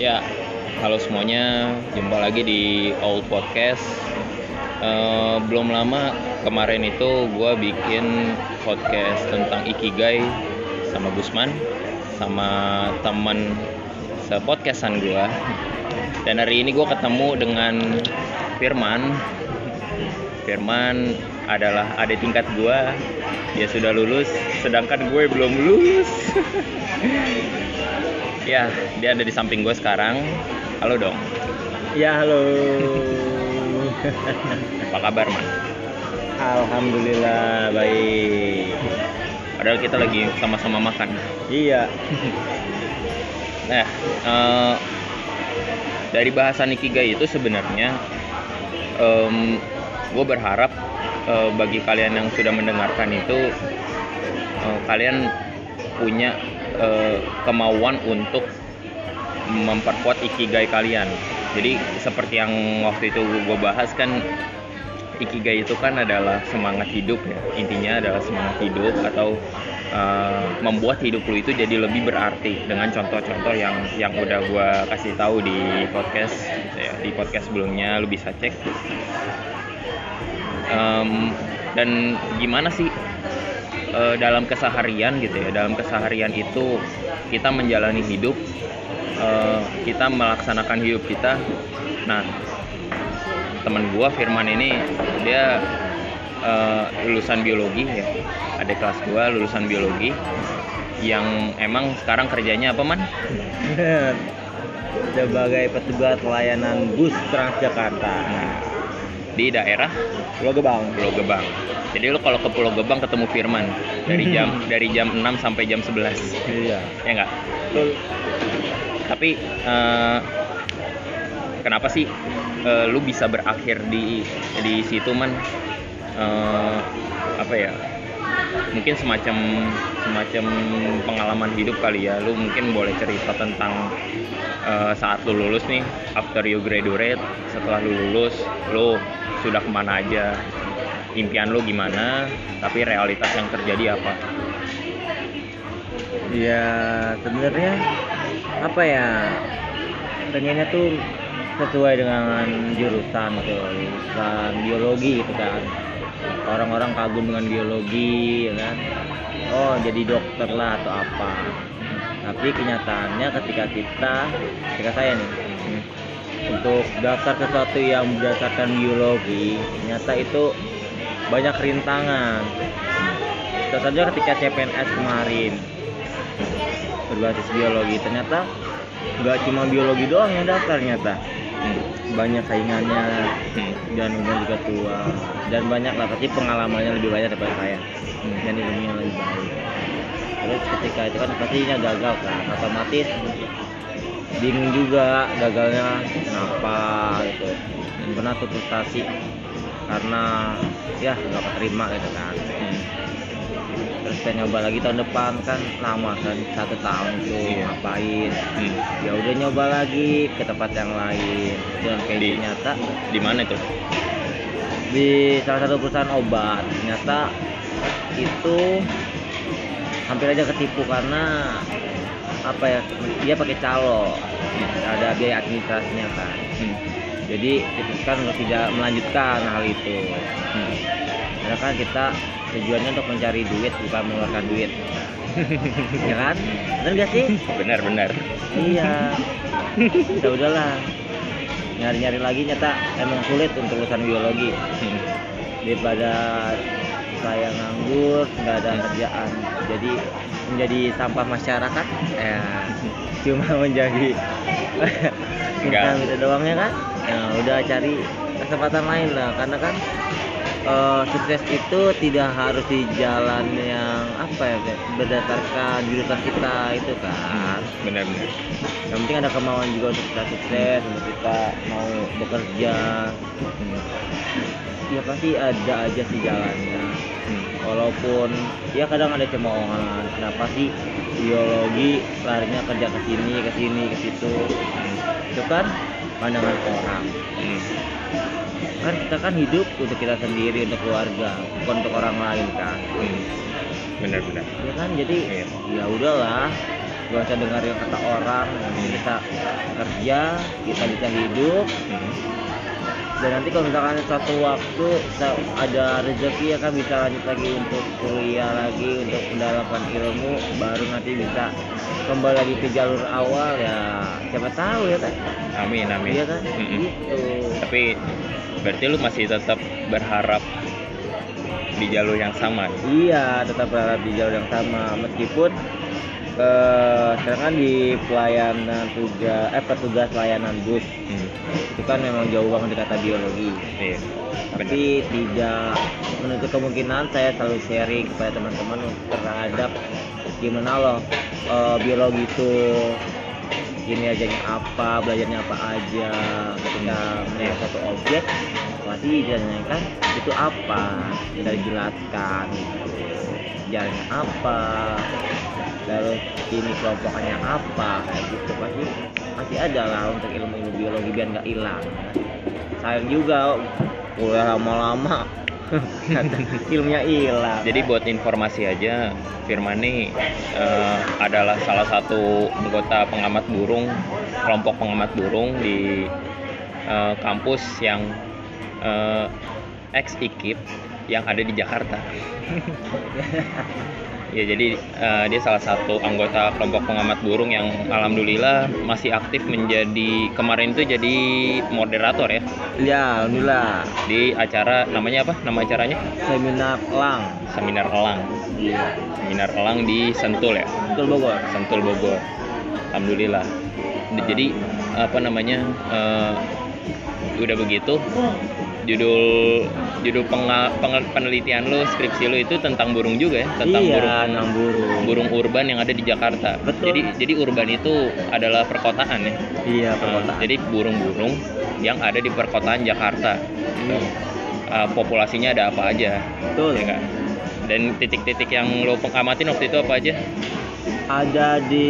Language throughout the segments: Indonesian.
Ya, halo semuanya, jumpa lagi di Old Podcast. Belum lama kemarin itu gue bikin podcast tentang Ikigai sama Gusman, sama teman sepodcastan gue. Dan hari ini gue ketemu dengan Firman. Firman adalah adik tingkat gue. Dia sudah lulus, sedangkan gue belum lulus. Ya, dia ada di samping gue sekarang. Halo dong. Ya, halo. Apa kabar, Man? Alhamdulillah baik. Padahal kita lagi sama-sama makan. Iya. Nah, dari bahasan Ikigai itu sebenarnya gue berharap bagi kalian yang sudah mendengarkan itu kalian punya kemauan untuk memperkuat Ikigai kalian. Jadi seperti yang waktu itu gue bahas kan, Ikigai itu kan adalah semangat hidup ya. Intinya adalah semangat hidup atau membuat hidup lu itu jadi lebih berarti dengan contoh-contoh yang udah gue kasih tahu di podcast gitu ya. Di podcast sebelumnya lu bisa cek. Dan gimana sih dalam keseharian gitu ya, dalam keseharian itu kita menjalani hidup, kita melaksanakan hidup kita. Nah, teman gua Firman ini dia lulusan biologi ya, adik kelas gua lulusan biologi yang emang sekarang kerjanya apa, Man? Sebagai petugas layanan bus Transjakarta. Di daerah Pulau Gebang. Pulau Gebang. Jadi lu kalau ke Pulau Gebang ketemu Firman dari jam 6 sampai jam 11. Iya. Ya enggak? Betul. Tapi kenapa sih lu bisa berakhir di situ, Man? Apa ya? Mungkin semacam pengalaman hidup kali ya. Lu mungkin boleh cerita tentang saat lu lulus nih, after you graduate, setelah lu lulus, lu sudah kemana aja, impian lu gimana, tapi realitas yang terjadi apa? Ya sebenarnya apa ya, pengennya tuh sesuai dengan jurusan biologi gitu kan. Orang-orang kagum dengan biologi ya kan, oh jadi dokter lah atau apa. Tapi kenyataannya ketika saya nih untuk daftar sesuatu yang berdasarkan biologi, ternyata itu banyak rintangan. Contoh saja ketika CPNS kemarin berbasis biologi, ternyata nggak cuma biologi doang yang daftar, ternyata banyak saingannya dan umur juga tua dan banyak lah, tapi pengalamannya lebih banyak daripada saya dan ilmunya lebih baik. Terus ketika itu kan pastinya gagal kan, otomatis bingung juga gagalnya kenapa gitu, dan pernah tuh frustasi karena ya nggak keterima gitu kan. Terus saya nyoba lagi tahun depan, kan lama kan 1 tahun itu ngapain, ya udah nyoba lagi ke tempat yang lain dan kayak ternyata di mana itu? Di salah satu perusahaan obat. Ternyata itu hampir aja ketipu karena apa ya, dia pakai calo, ada biaya administrasinya kan. Jadi diputuskan untuk tidak melanjutkan hal itu. Karena kan kita tujuannya untuk mencari duit, bukan mengeluarkan duit. Ya kan? Benar gak sih? Benar. Iya. Ya udahlah. Nyari-nyari lagi, nyata emang sulit untuk lulusan biologi. Daripada saya nganggur, nggak ada kerjaan, jadi menjadi sampah masyarakat, ya cuma menjadi minta doangnya kan. Nah, udah cari kesempatan lain lah, karena kan sukses itu tidak harus di jalan yang apa ya, berdasarkan jurusan kita itu kan. Benar. Yang penting ada kemauan juga untuk kita sukses, untuk kita mau bekerja. Ya pasti ada aja sih jalannya. Walaupun ya kadang ada cemoohan, kenapa sih biologi larinya kerja ke sini ke situ. Itu kan pandangan orang. Kan kita kan hidup untuk kita sendiri, untuk keluarga, bukan untuk orang lain kan. Benar. Ya kan, jadi ya udahlah, gak usah dengar yang kata orang. Kita kerja, kita bisa hidup, dan nanti kalau misalkan suatu waktu kita ada rezeki ya kan bisa lanjut lagi untuk kuliah lagi, untuk mendapatkan ilmu, baru nanti bisa kembali lagi ke jalur awal ya, siapa tahu ya kan. Amin. Iya kan. Gitu. Tapi berarti lu masih tetap berharap di jalur yang sama? Iya, tetap berharap di jalur yang sama, meskipun sekarang kan di pelayanan petugas layanan bus itu kan memang jauh banget dari kata biologi. Iya, Tapi tidak menutup kemungkinan saya selalu sharing kepada teman-teman terhadap gimana loh biologi itu gini aja, apa belajarnya apa aja. Ketika melihat satu objek pasti ditanyakan itu apa, kita dijelaskan gitu, jalannya apa, lalu ini kelompokannya apa, kayak gitu. Pasti ada lah untuk ilmu biologi biar nggak hilang. Sayang juga kuliah lama-lama ilmunya hilang. Jadi buat informasi aja, Firman nih adalah salah satu anggota pengamat burung, kelompok pengamat burung di kampus yang ex-IKIP yang ada di Jakarta. Ya, jadi dia salah satu anggota kelompok pengamat burung yang alhamdulillah masih aktif menjadi, kemarin itu jadi moderator ya. Ya, alhamdulillah. Di acara, namanya apa? Nama acaranya? Seminar Elang. Seminar Elang. Iya. Seminar Elang di Sentul ya. Sentul Bogor. Alhamdulillah. Jadi apa namanya? Udah begitu. Judul penelitian lo, skripsi lo itu tentang burung juga ya, tentang burung urban yang ada di Jakarta. Betul. Jadi urban itu adalah perkotaan ya. Iya, perkotaan. Jadi burung-burung yang ada di perkotaan Jakarta. Populasinya ada apa aja? Betul. Ya kan? Dan titik-titik yang lo pengamatin waktu itu apa aja? Ada di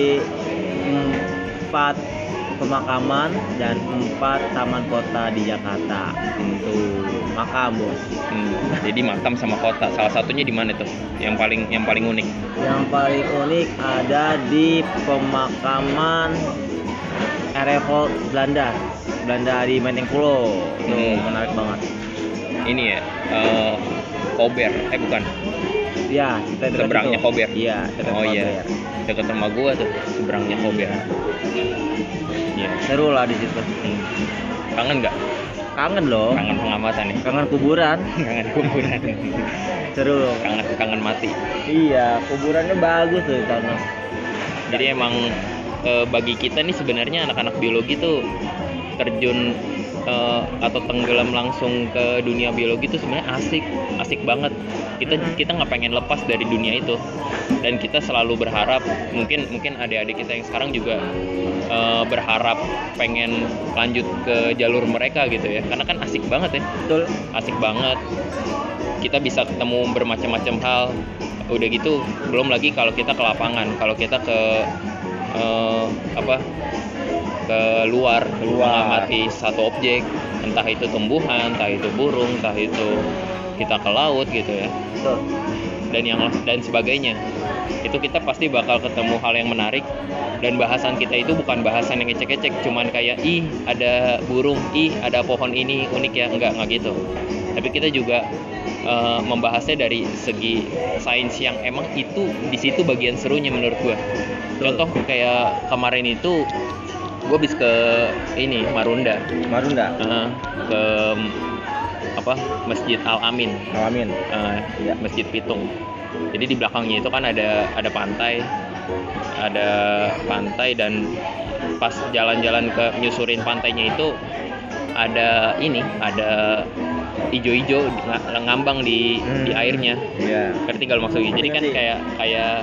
4 pemakaman dan 4 taman kota di Jakarta. Itu makam, bos. Jadi makam sama kota. Salah satunya di mana tuh? Yang paling unik? Yang paling unik ada di pemakaman RFO Belanda di Menteng Pulo. Itu menarik banget. Ini ya, Kober, bukan? Ya, seberangnya Kober. Iya, oh iya, dekat rumah gua tuh, seberangnya Kober. Ya, seru lah di situ. Kangen nggak? Kangen loh. Kangen pengamatan nih. Kangen kuburan. Seru loh. Kangen mati. Iya, kuburannya bagus tuh di sana. Jadi emang bagi kita nih sebenarnya anak-anak biologi tuh terjun atau tenggelam langsung ke dunia biologi itu sebenarnya asik banget. Kita nggak pengen lepas dari dunia itu, dan kita selalu berharap, mungkin adik-adik kita yang sekarang juga berharap pengen lanjut ke jalur mereka gitu ya, karena kan asik banget ya. Betul. Asik banget. Kita bisa ketemu bermacam-macam hal. Udah gitu, belum lagi kalau kita ke lapangan, kalau kita ke ke luar mengamati satu objek, entah itu tumbuhan, entah itu burung, entah itu kita ke laut gitu ya. Betul. Dan sebagainya. Itu kita pasti bakal ketemu hal yang menarik, dan bahasan kita itu bukan bahasan yang ecek-ecek, cuman kayak ada burung, ada pohon ini unik ya, enggak gitu. Tapi kita juga membahasnya dari segi sains yang emang itu di situ bagian serunya menurut gua. Contoh kayak kemarin itu gue habis ke Marunda. Ke Masjid Al-Amin. Ya, Masjid Pitung. Jadi di belakangnya itu kan ada pantai, dan pas jalan-jalan ke nyusurin pantainya itu ada ijo-ijo ngambang di airnya. Yeah. Ngerti kalau maksudnya? Jadi kan kayak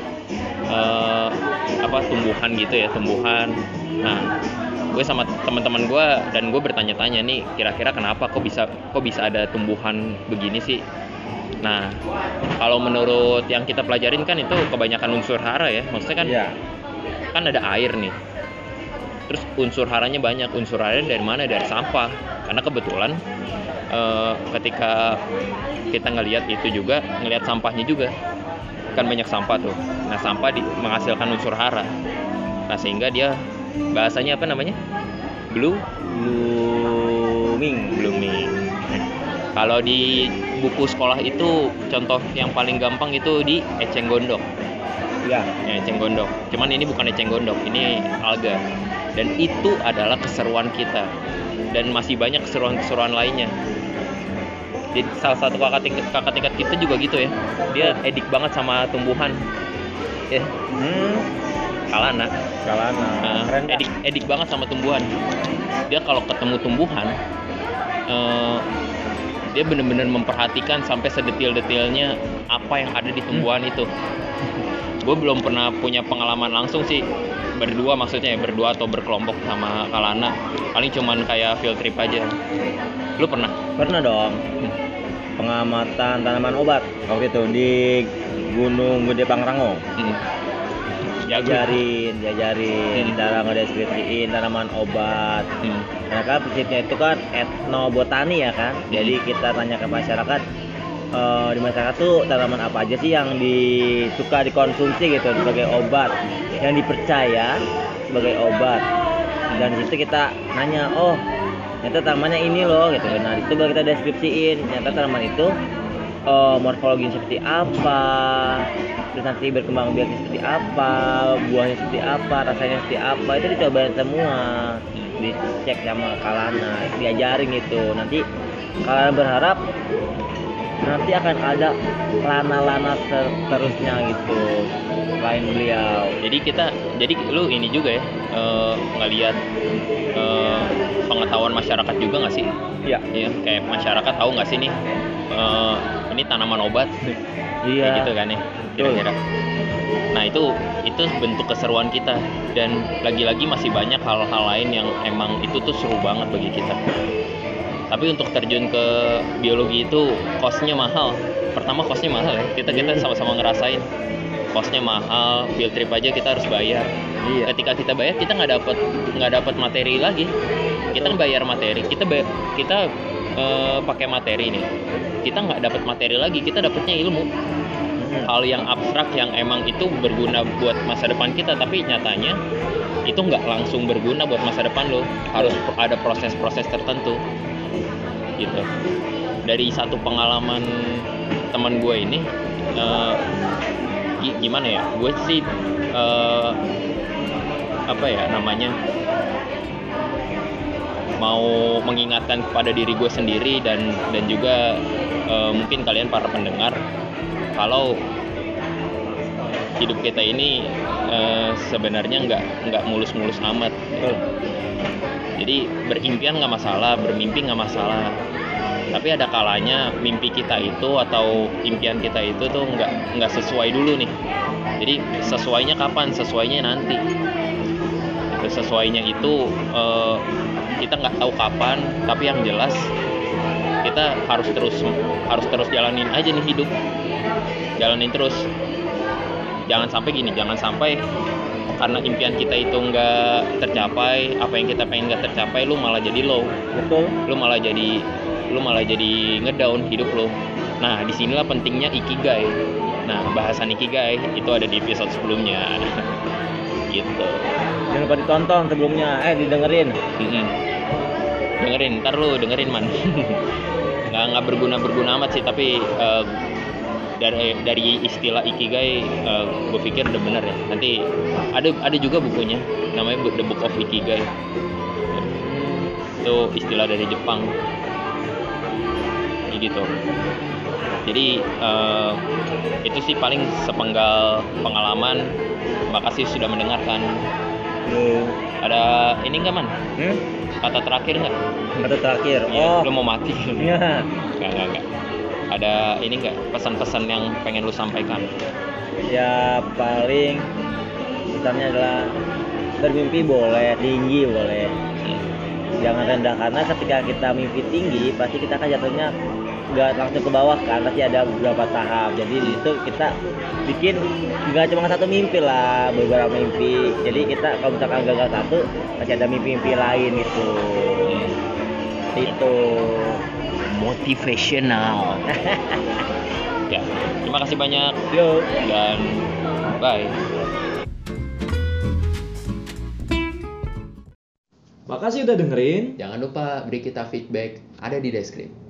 tumbuhan gitu ya, tumbuhan. Nah, gue sama teman-teman gue dan gue bertanya-tanya nih, kira-kira kenapa kok bisa ada tumbuhan begini sih? Nah, kalau menurut yang kita pelajarin kan itu kebanyakan unsur hara ya, maksudnya kan kan ada air nih. Terus unsur haranya banyak. Unsur haranya dari mana? Dari sampah. Karena kebetulan ketika kita ngelihat itu juga, ngelihat sampahnya juga kan banyak sampah tuh. Nah sampah menghasilkan unsur hara. Nah sehingga dia bahasanya apa namanya? Blooming. Kalau di buku sekolah itu contoh yang paling gampang itu di eceng gondok. Ya, eceng gondok. Cuman ini bukan eceng gondok, ini alga. Dan itu adalah keseruan kita. Dan masih banyak keseruan-keseruan lainnya. Jadi salah satu kakak tingkat kita juga gitu ya. Dia edik banget sama tumbuhan. Ya. Kalana. Edik banget sama tumbuhan. Dia kalau ketemu tumbuhan, dia benar-benar memperhatikan sampai sedetil-detilnya apa yang ada di tumbuhan itu. Gue belum pernah punya pengalaman langsung sih berdua atau berkelompok sama Kalana. Paling cuman kayak field trip aja. Lu pernah? Pernah dong. Pengamatan tanaman obat waktu itu di Gunung Gede Pangrango. Diajarin cara ngedeskripsiin tanaman obat. Karena kan prinsipnya itu kan etnobotani ya kan. Jadi kita tanya ke masyarakat, di masyarakat tuh tanaman apa aja sih yang suka dikonsumsi gitu sebagai obat, yang dipercaya sebagai obat. Dan di situ kita nanya, oh ternyata tanamannya ini loh gitu. Nah itu baru kita deskripsiin ternyata tanaman itu morfologinya seperti apa, terus nanti berkembang biaknya seperti apa, buahnya seperti apa, rasanya seperti apa, itu dicobain semua, dicek sama Kalana, diajarin gitu. Nanti Kalana berharap nanti akan ada lana-lana seterusnya gitu selain beliau. Jadi lu ini juga ya ngelihat pengetahuan masyarakat juga nggak sih? Iya. Ya, kayak masyarakat tahu nggak sih nih ini tanaman obat? Iya. Kayak gitu kan ya kira-kira. Nah itu bentuk keseruan kita, dan lagi-lagi masih banyak hal-hal lain yang emang itu tuh seru banget bagi kita. Tapi untuk terjun ke biologi itu cost-nya mahal. Pertama cost-nya mahal ya. Kita sama-sama ngerasain. Cost-nya mahal, field trip aja kita harus bayar. Iya. Ketika kita bayar, kita nggak dapat materi lagi. Kita bayar materi, kita pakai materi nih. Kita nggak dapat materi lagi, kita dapatnya ilmu. Hal yang abstrak yang emang itu berguna buat masa depan kita, tapi nyatanya itu nggak langsung berguna buat masa depan lo. Harus ada proses-proses tertentu. Gitu. Dari satu pengalaman teman gue ini, gimana ya? Gue sih mau mengingatkan kepada diri gue sendiri dan juga mungkin kalian para pendengar, kalau hidup kita ini sebenarnya nggak mulus-mulus amat. Jadi berimpian nggak masalah, bermimpi nggak masalah. Tapi ada kalanya mimpi kita itu atau impian kita itu tuh nggak sesuai dulu nih. Jadi sesuainya kapan? Sesuainya nanti. Sesuainya itu kita nggak tahu kapan. Tapi yang jelas kita harus terus jalanin aja nih hidup. Jalanin terus. Jangan sampai karena impian kita itu nggak tercapai, apa yang kita pengen nggak tercapai, lu malah jadi low. Betul. Lu malah jadi ngedown hidup lu. Nah disinilah pentingnya ikigai. Nah bahasan ikigai itu ada di episode sebelumnya. Gitu. Jangan lupa ditonton sebelumnya, didengerin. Dengerin, ntar lu dengerin man. nggak berguna amat sih, tapi dari istilah ikigai gue pikir udah bener ya. Nanti ada juga bukunya namanya The Book of Ikigai. Itu istilah dari Jepang gitu. Jadi itu sih paling sepenggal pengalaman. Makasih sudah mendengarkan. Ada ini nggak man? Kata terakhir nggak? Kata terakhir. Ya, lu mau mati? Iya. Nggak. Ada ini nggak pesan-pesan yang pengen lu sampaikan? Ya paling pesannya adalah bermimpi boleh, tinggi boleh. Jangan rendah, karena ketika kita mimpi tinggi pasti kita akan jatuhnya nggak langsung ke bawah kan, pasti ada beberapa tahap. Jadi di situ kita bikin nggak cuma satu mimpi lah, beberapa mimpi. Jadi kita kalau misalkan gagal satu, masih ada mimpi-mimpi lain gitu. Itu Motivational. Ya, terima kasih banyak yuk. dan bye. Makasih udah dengerin. Jangan lupa beri kita feedback, ada di deskripsi.